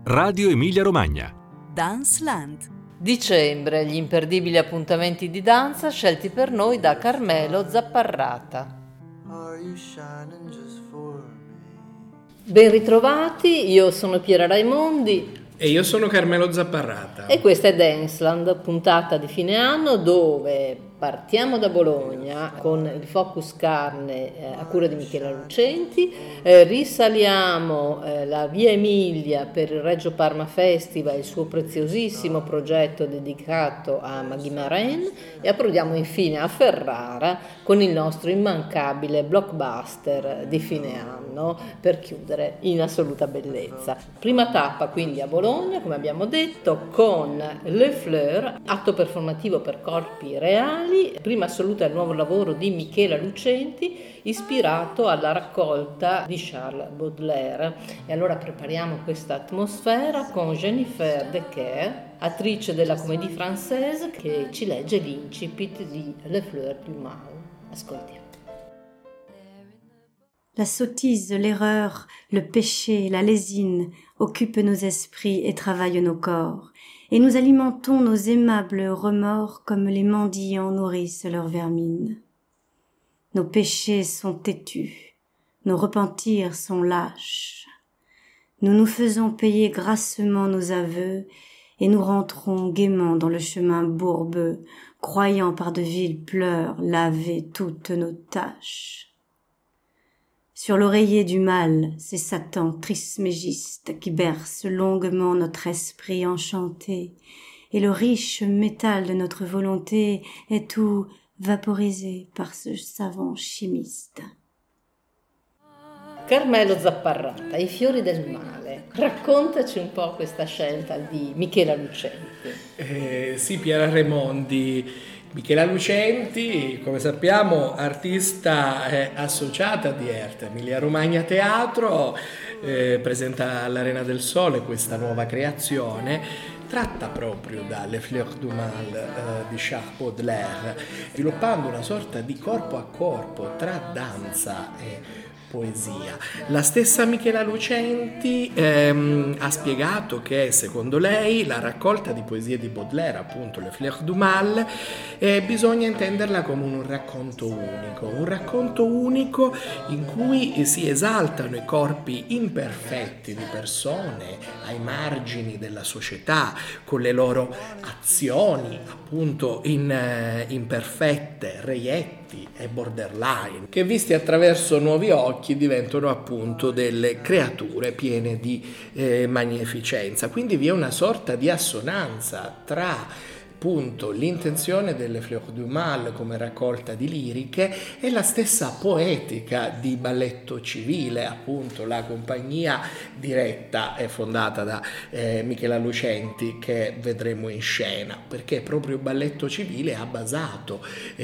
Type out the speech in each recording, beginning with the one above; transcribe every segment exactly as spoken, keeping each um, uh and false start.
Radio Emilia Romagna. Danceland. Dicembre, gli imperdibili appuntamenti di danza scelti per noi da Carmelo Zapparrata. Ben ritrovati, io sono Piera Raimondi. E io sono Carmelo Zapparrata. E questa è Danceland, puntata di fine anno dove partiamo da Bologna con il Focus Carne eh, a cura di Michela Lucenti, eh, risaliamo eh, la Via Emilia per il Reggio Parma Festival, il suo preziosissimo progetto dedicato a Maghi Maren, e approdiamo infine a Ferrara con il nostro immancabile blockbuster di fine anno per chiudere in assoluta bellezza. Prima tappa quindi a Bologna, come abbiamo detto, con Le Fleur, atto performativo per corpi reali, prima assoluta il nuovo lavoro di Michela Lucenti ispirato alla raccolta di Charles Baudelaire. E allora prepariamo questa atmosfera con Jennifer Decker, attrice della Comédie Française, che ci legge l'incipit di Le Fleur du Mal. Ascoltiamo. La sottise, l'erreur, le péché, la lésine occupent nos esprits et travaillent nos corps, et nous alimentons nos aimables remords comme les mendiants nourrissent leur vermine. Nos péchés sont têtus, nos repentirs sont lâches. Nous nous faisons payer grassement nos aveux, et nous rentrons gaiement dans le chemin bourbeux, croyant par de vils pleurs laver toutes nos tâches. Sur l'oreiller du mal, c'est Satan trismégiste qui berce longuement notre esprit enchanté, et le riche métal de notre volonté est tout vaporisé par ce savant chimiste. Carmelo Zapparrata, I fiori del male. Raccontaci un po' questa scelta di Michela Lucenti. Eh, sì, Piera Raimondi. Michela Lucenti, come sappiamo, artista eh, associata di E R T, Emilia Romagna Teatro, eh, presenta all'Arena del Sole questa nuova creazione, tratta proprio da Le Fleur du Mal eh, di Charles Baudelaire, sviluppando una sorta di corpo a corpo tra danza e poesia. La stessa Michela Lucenti ehm, ha spiegato che secondo lei la raccolta di poesie di Baudelaire, appunto Le Fleur du Mal, eh, bisogna intenderla come un racconto unico, un racconto unico in cui si esaltano i corpi imperfetti di persone ai margini della società, con le loro azioni appunto in, eh, imperfette, reietti e borderline, che visti attraverso nuovi occhi diventano appunto delle creature piene di eh, magnificenza. Quindi vi è una sorta di assonanza tra appunto l'intenzione delle Fleur du Mal come raccolta di liriche e la stessa poetica di Balletto Civile, appunto la compagnia diretta e fondata da eh, Michela Lucenti, che vedremo in scena, perché proprio Balletto Civile ha basato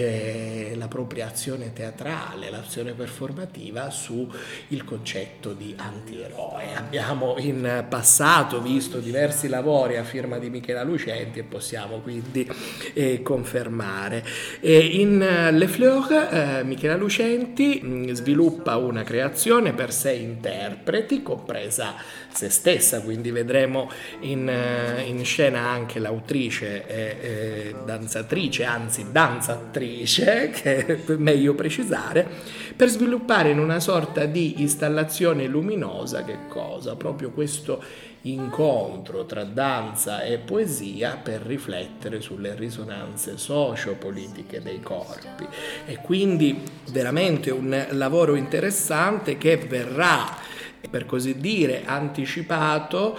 eh, la propria azione teatrale, l'azione performativa su il concetto di antieroe. Abbiamo in passato visto diversi lavori a firma di Michela Lucenti e possiamo quindi di eh, confermare. E in uh, Le Fleur eh, Michela Lucenti mh, sviluppa una creazione per sei interpreti, compresa se stessa, quindi vedremo in, uh, in scena anche l'autrice e eh, danzatrice, anzi danzatrice, che è meglio precisare, per sviluppare in una sorta di installazione luminosa che cosa? Proprio questo incontro tra danza e poesia per riflettere sulle risonanze socio-politiche dei corpi. E quindi veramente un lavoro interessante che verrà, per così dire, anticipato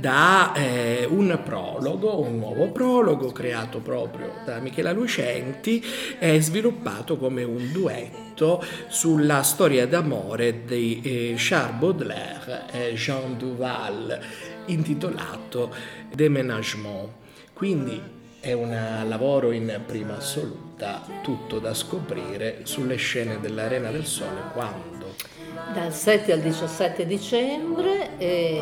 da eh, un prologo, un nuovo prologo creato proprio da Michela Lucenti e sviluppato come un duetto sulla storia d'amore di eh, Charles Baudelaire e Jean Duval, intitolato Déménagement. Quindi è un lavoro in prima assoluta, tutto da scoprire sulle scene dell'Arena del Sole quando? Dal sette al diciassette dicembre, e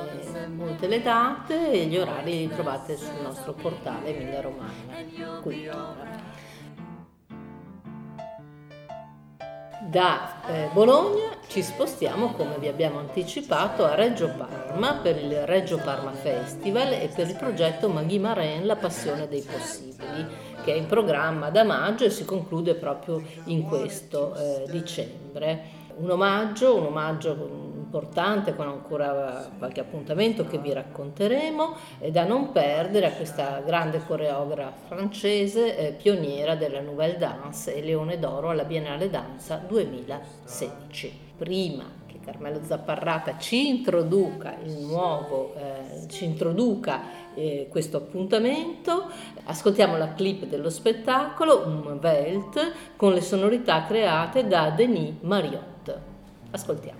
molte le date e gli orari li trovate sul nostro portale Emilia Romagna Cultura. Da eh, Bologna ci spostiamo, come vi abbiamo anticipato, a Reggio Parma per il Reggio Parma Festival e per il progetto Maghi Maren, la passione dei possibili, che è in programma da maggio e si conclude proprio in questo eh, dicembre. Un omaggio, un omaggio importante con ancora qualche appuntamento che vi racconteremo, e da non perdere a questa grande coreografa francese, eh, pioniera della Nouvelle Danse e Leone d'Oro alla Biennale Danza duemilasedici. Prima che Carmelo Zapparrata ci introduca il nuovo, eh, ci introduca eh, questo appuntamento, ascoltiamo la clip dello spettacolo, un Welt, con le sonorità create da Denis Mariotte. Ascoltiamo.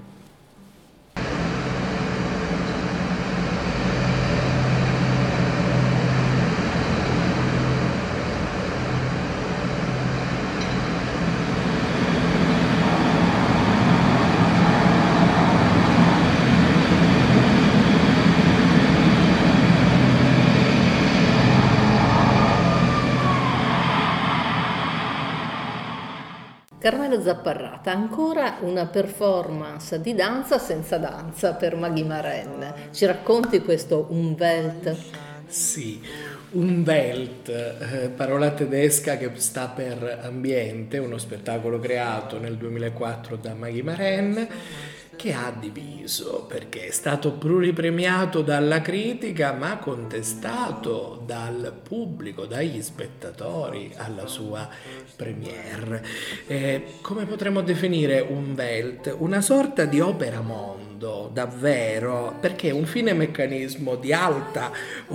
Carmelo Zapparrata, ancora una performance di danza senza danza per Maghi Maren. Ci racconti questo Un Welt? Sì, Un Welt, eh, parola tedesca che sta per ambiente, uno spettacolo creato nel duemilaquattro da Maghi Maren, che ha diviso perché è stato pluripremiato dalla critica ma contestato dal pubblico, dagli spettatori alla sua premiere. Eh, come potremmo definire Un Welt? Una sorta di opera mondo, davvero, perché è un fine meccanismo di alta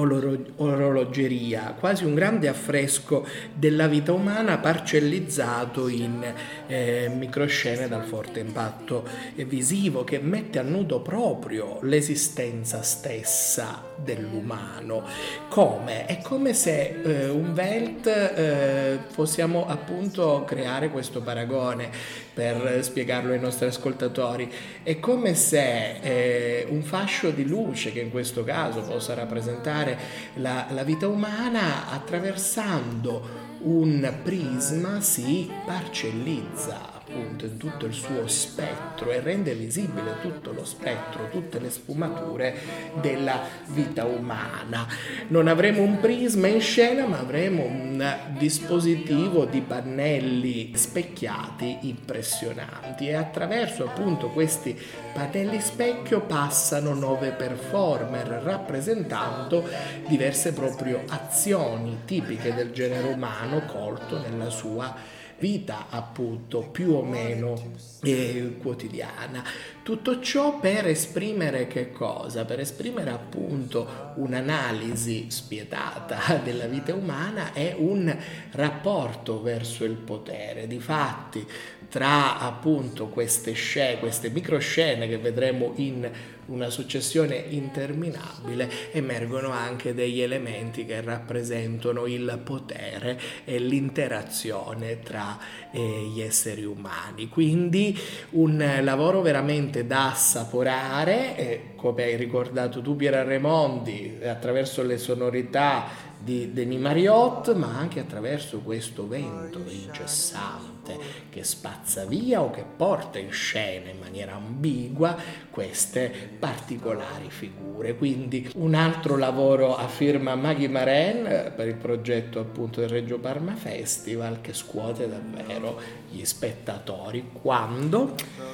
orologeria, quasi un grande affresco della vita umana parcellizzato in eh, microscene dal forte impatto visivo, che mette a nudo proprio l'esistenza stessa dell'umano. Come? È come se eh, un Welt, eh, possiamo appunto creare questo paragone per spiegarlo ai nostri ascoltatori, è come se eh, un fascio di luce, che in questo caso possa rappresentare la, la vita umana, attraversando un prisma si parcellizza appunto in tutto il suo spettro e rende visibile tutto lo spettro, tutte le sfumature della vita umana. Non avremo un prisma in scena, ma avremo un dispositivo di pannelli specchiati impressionanti, e attraverso appunto questi pannelli specchio passano nove performer rappresentando diverse proprio azioni tipiche del genere umano colto nella sua vita appunto più o meno eh, quotidiana. Tutto ciò per esprimere che cosa? Per esprimere appunto un'analisi spietata della vita umana e un rapporto verso il potere. Difatti, tra appunto queste scene, queste microscene che vedremo in una successione interminabile, emergono anche degli elementi che rappresentano il potere e l'interazione tra eh, gli esseri umani. Quindi un lavoro veramente da assaporare, eh, come hai ricordato tu Piera Raimondi, attraverso le sonorità di Denis Mariotte, ma anche attraverso questo vento incessante che spazza via o che porta in scena in maniera ambigua queste particolari figure. Quindi un altro lavoro a firma Maghi Maren per il progetto appunto del Reggio Parma Festival, che scuote davvero gli spettatori. Quando?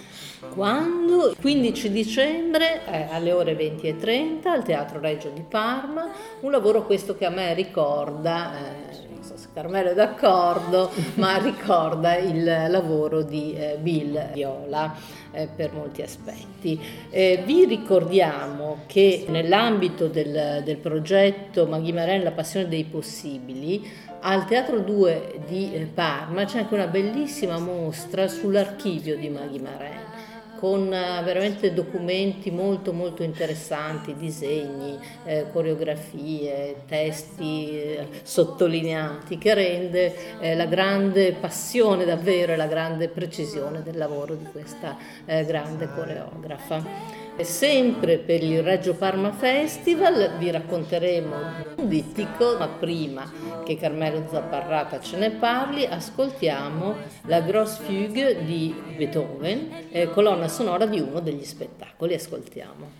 Quando? quindici dicembre eh, alle ore venti e trenta al Teatro Regio di Parma, un lavoro questo che a me ricorda, eh, non so se Carmelo è d'accordo, ma ricorda il lavoro di eh, Bill Viola eh, per molti aspetti. Eh, vi ricordiamo che nell'ambito del, del progetto Maghi Maren, la passione dei possibili, al Teatro due di eh, Parma c'è anche una bellissima mostra sull'archivio di Maghi Maren, con uh, veramente documenti molto molto interessanti, disegni, eh, coreografie, testi eh, sottolineati, che rende eh, la grande passione davvero e la grande precisione del lavoro di questa eh, grande coreografa. Sempre per il Reggio Parma Festival vi racconteremo un dittico, ma prima che Carmelo Zapparrata ce ne parli, ascoltiamo la Grosse Fugue di Beethoven, eh, colonna sonora di uno degli spettacoli. Ascoltiamo.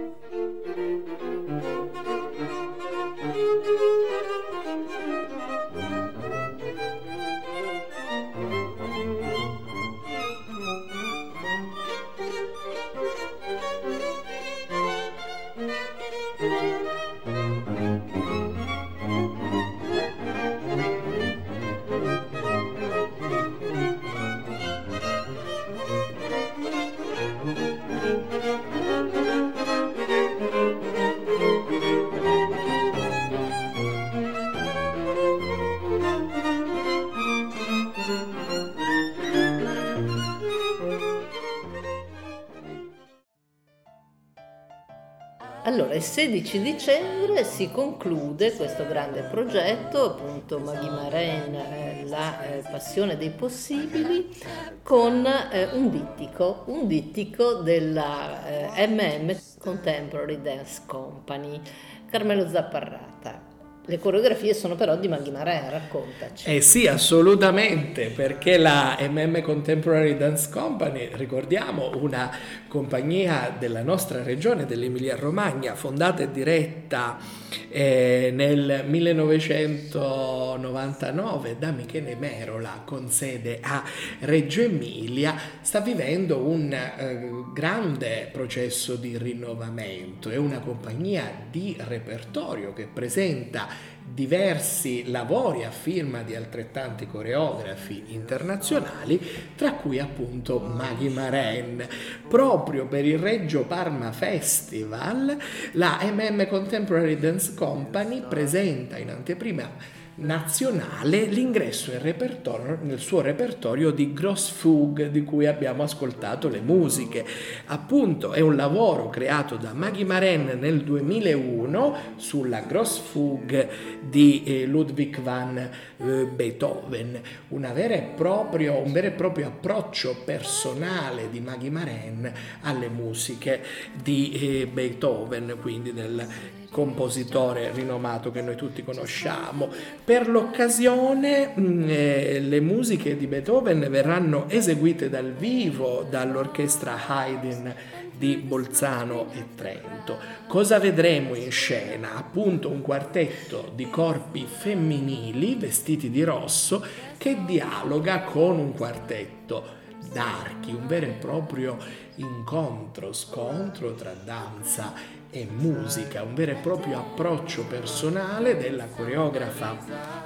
Allora, il sedici dicembre si conclude questo grande progetto, appunto Maggie Maren, eh, la eh, passione dei possibili, con eh, un dittico, un dittico della eh, M M Contemporary Dance Company, Carmelo Zapparrata. Le coreografie sono però di Maggie Maren, raccontaci. Eh sì, assolutamente, perché la M M Contemporary Dance Company, ricordiamo, una compagnia della nostra regione, dell'Emilia Romagna, fondata e diretta eh, nel millenovecentonovantanove da Michele Merola, con sede a Reggio Emilia, sta vivendo un eh, grande processo di rinnovamento. È una compagnia di repertorio che presenta diversi lavori a firma di altrettanti coreografi internazionali, tra cui appunto Maggie Maren. Proprio per il Reggio Parma Festival la M M Contemporary Dance Company presenta in anteprima nazionale l'ingresso in repertorio, nel suo repertorio di Grosse Fugue, di cui abbiamo ascoltato le musiche. Appunto è un lavoro creato da Maggie Maren nel duemilauno sulla Grosse Fugue di eh, Ludwig van eh, Beethoven, una vera e proprio, un vero e proprio approccio personale di Maggie Maren alle musiche di eh, Beethoven, quindi del compositore rinomato che noi tutti conosciamo. Per l'occasione mh, eh, le musiche di Beethoven verranno eseguite dal vivo dall'orchestra Haydn di Bolzano e Trento. Cosa vedremo in scena? Appunto un quartetto di corpi femminili vestiti di rosso che dialoga con un quartetto d'archi, un vero e proprio incontro, scontro tra danza e musica, un vero e proprio approccio personale della coreografa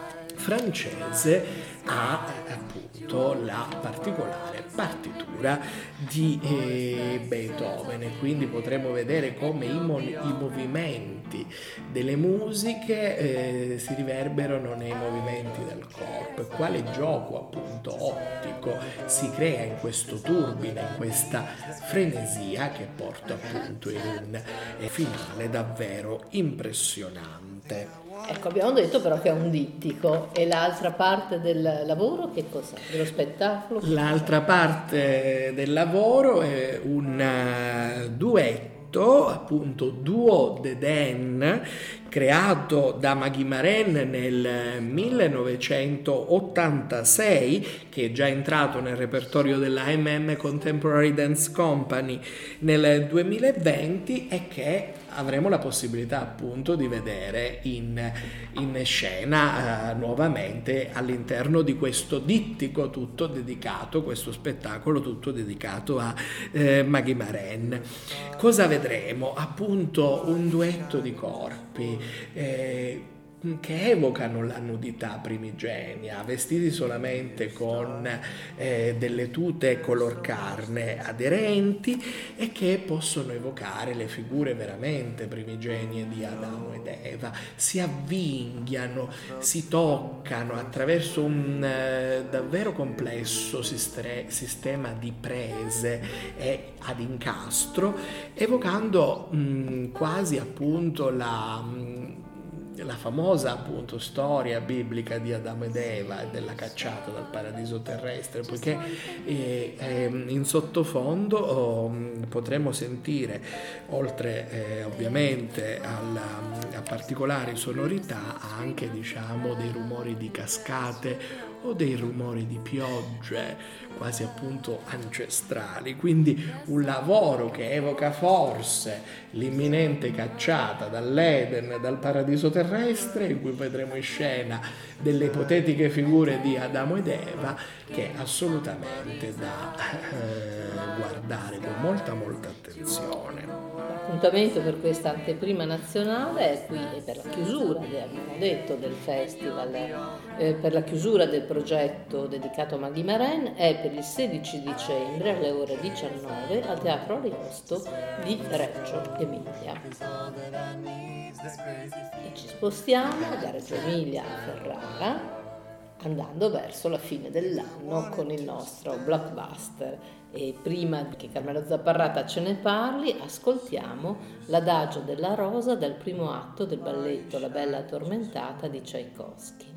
francese a appunto la particolare partitura di eh, Beethoven, e quindi potremo vedere come i, mo- i movimenti delle musiche eh, si riverberano nei movimenti del corpo, e quale gioco appunto ottico si crea in questo turbine, in questa frenesia che porta appunto in un eh, finale davvero impressionante. Ecco, abbiamo detto però che è un dittico, e l'altra parte del lavoro che cos'è? Dello spettacolo? L'altra parte del lavoro è un uh, duetto, appunto Duo de Den, creato da Maggie Maren nel millenovecentottantasei, che è già entrato nel repertorio della M M Contemporary Dance Company nel duemilaventi, e che avremo la possibilità appunto di vedere in, in scena eh, nuovamente all'interno di questo dittico tutto dedicato, questo spettacolo tutto dedicato a eh, Maggie Maren. Cosa vedremo? Appunto un duetto di corpi eh, che evocano la nudità primigenia, vestiti solamente con eh, delle tute color carne aderenti, e che possono evocare le figure veramente primigenie di Adamo ed Eva. Si avvinghiano, si toccano attraverso un eh, davvero complesso sistre- sistema di prese e ad incastro, evocando mh, quasi appunto la mh, la famosa appunto storia biblica di Adamo ed Eva e della cacciata dal paradiso terrestre, poiché eh, eh, in sottofondo oh, potremo sentire, oltre eh, ovviamente alla, a particolari sonorità, anche diciamo dei rumori di cascate o dei rumori di piogge quasi appunto ancestrali, quindi un lavoro che evoca forse l'imminente cacciata dall'Eden, dal paradiso terrestre, in cui vedremo in scena delle ipotetiche figure di Adamo ed Eva, che è assolutamente da eh, guardare con molta molta attenzione. L'appuntamento per questa anteprima nazionale è qui e per la chiusura, abbiamo detto, del festival, eh, per la chiusura del progetto dedicato a Maghi Maren è per il sedici dicembre alle ore diciannove al Teatro Ariosto di Reggio Emilia. E ci spostiamo da Reggio Emilia a Ferrara, andando verso la fine dell'anno con il nostro blockbuster. E prima che Carmelo Zapparrata ce ne parli, ascoltiamo l'Adagio della Rosa dal primo atto del balletto La Bella Addormentata di Tchaikovsky.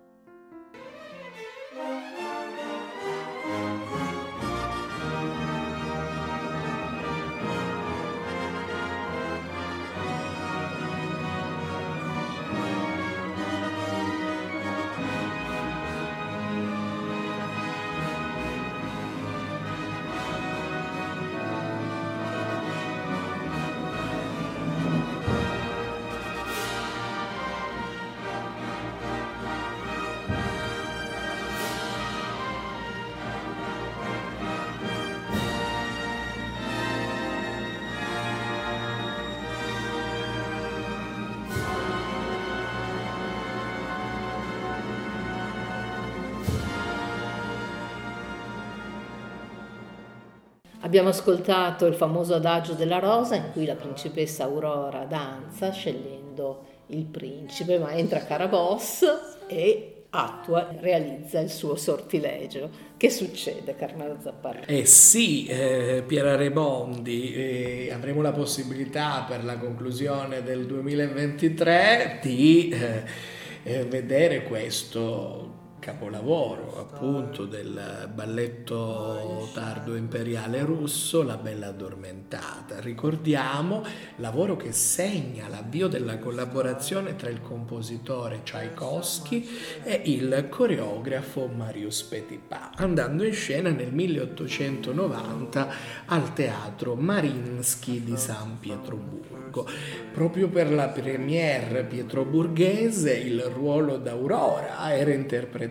Abbiamo ascoltato il famoso Adagio della Rosa in cui la principessa Aurora danza scegliendo il principe, ma entra Caraboss e attua, realizza il suo sortilegio. Che succede, Carmelo Zapparrata? Eh sì, eh, Piera Raimondi, eh, avremo la possibilità per la conclusione del duemilaventitré di eh, eh, vedere questo capolavoro appunto del balletto tardo imperiale russo, La Bella Addormentata. Ricordiamo, lavoro che segna l'avvio della collaborazione tra il compositore Tchaikovsky e il coreografo Marius Petipa, andando in scena nel milleottocentonovanta al Teatro Mariinsky di San Pietroburgo. Proprio per la première pietroburghese il ruolo d'Aurora era interpretato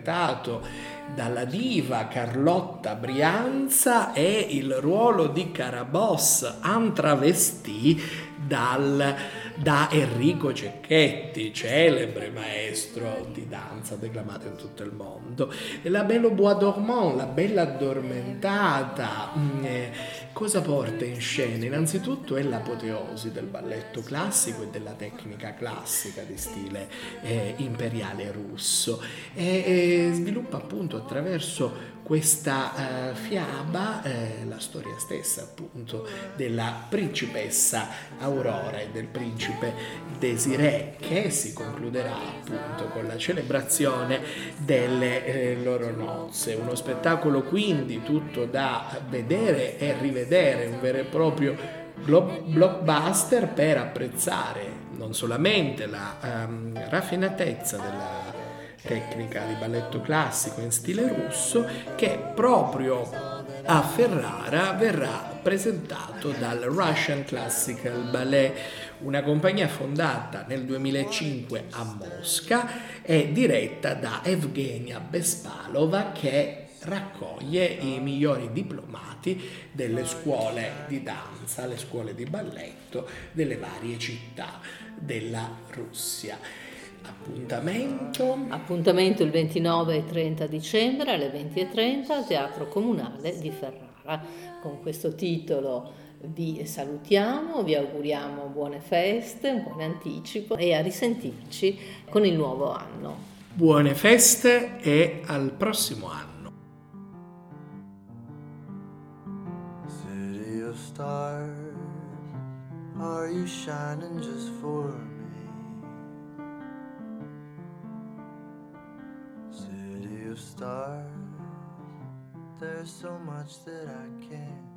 dalla diva Carlotta Brianza e il ruolo di Caraboss antravestì dal, da Enrico Cecchetti, celebre maestro di danza declamato in tutto il mondo. E la Belle au Bois Dormant, la Bella Addormentata, eh, cosa porta in scena? Innanzitutto è l'apoteosi del balletto classico e della tecnica classica di stile eh, imperiale russo e, e sviluppa appunto attraverso questa eh, fiaba eh, la storia stessa appunto della principessa Aurora e del principe Désiré, che si concluderà appunto con la celebrazione delle eh, loro nozze. Uno spettacolo quindi tutto da vedere e rivedere, un vero e proprio blockbuster per apprezzare non solamente la um, raffinatezza della tecnica di balletto classico in stile russo, che proprio a Ferrara verrà presentato dal Russian Classical Ballet, una compagnia fondata nel duemilacinque a Mosca e diretta da Evgenia Bespalova, che raccoglie i migliori diplomati delle scuole di danza, le scuole di balletto delle varie città della Russia. Appuntamento? Appuntamento il ventinove e trenta dicembre alle venti e trenta al Teatro Comunale di Ferrara. Con questo titolo vi salutiamo, vi auguriamo buone feste, un buon anticipo e a risentirci con il nuovo anno. Buone feste e al prossimo anno. City of stars, are you shining just for me? of stars. There's so much that I can't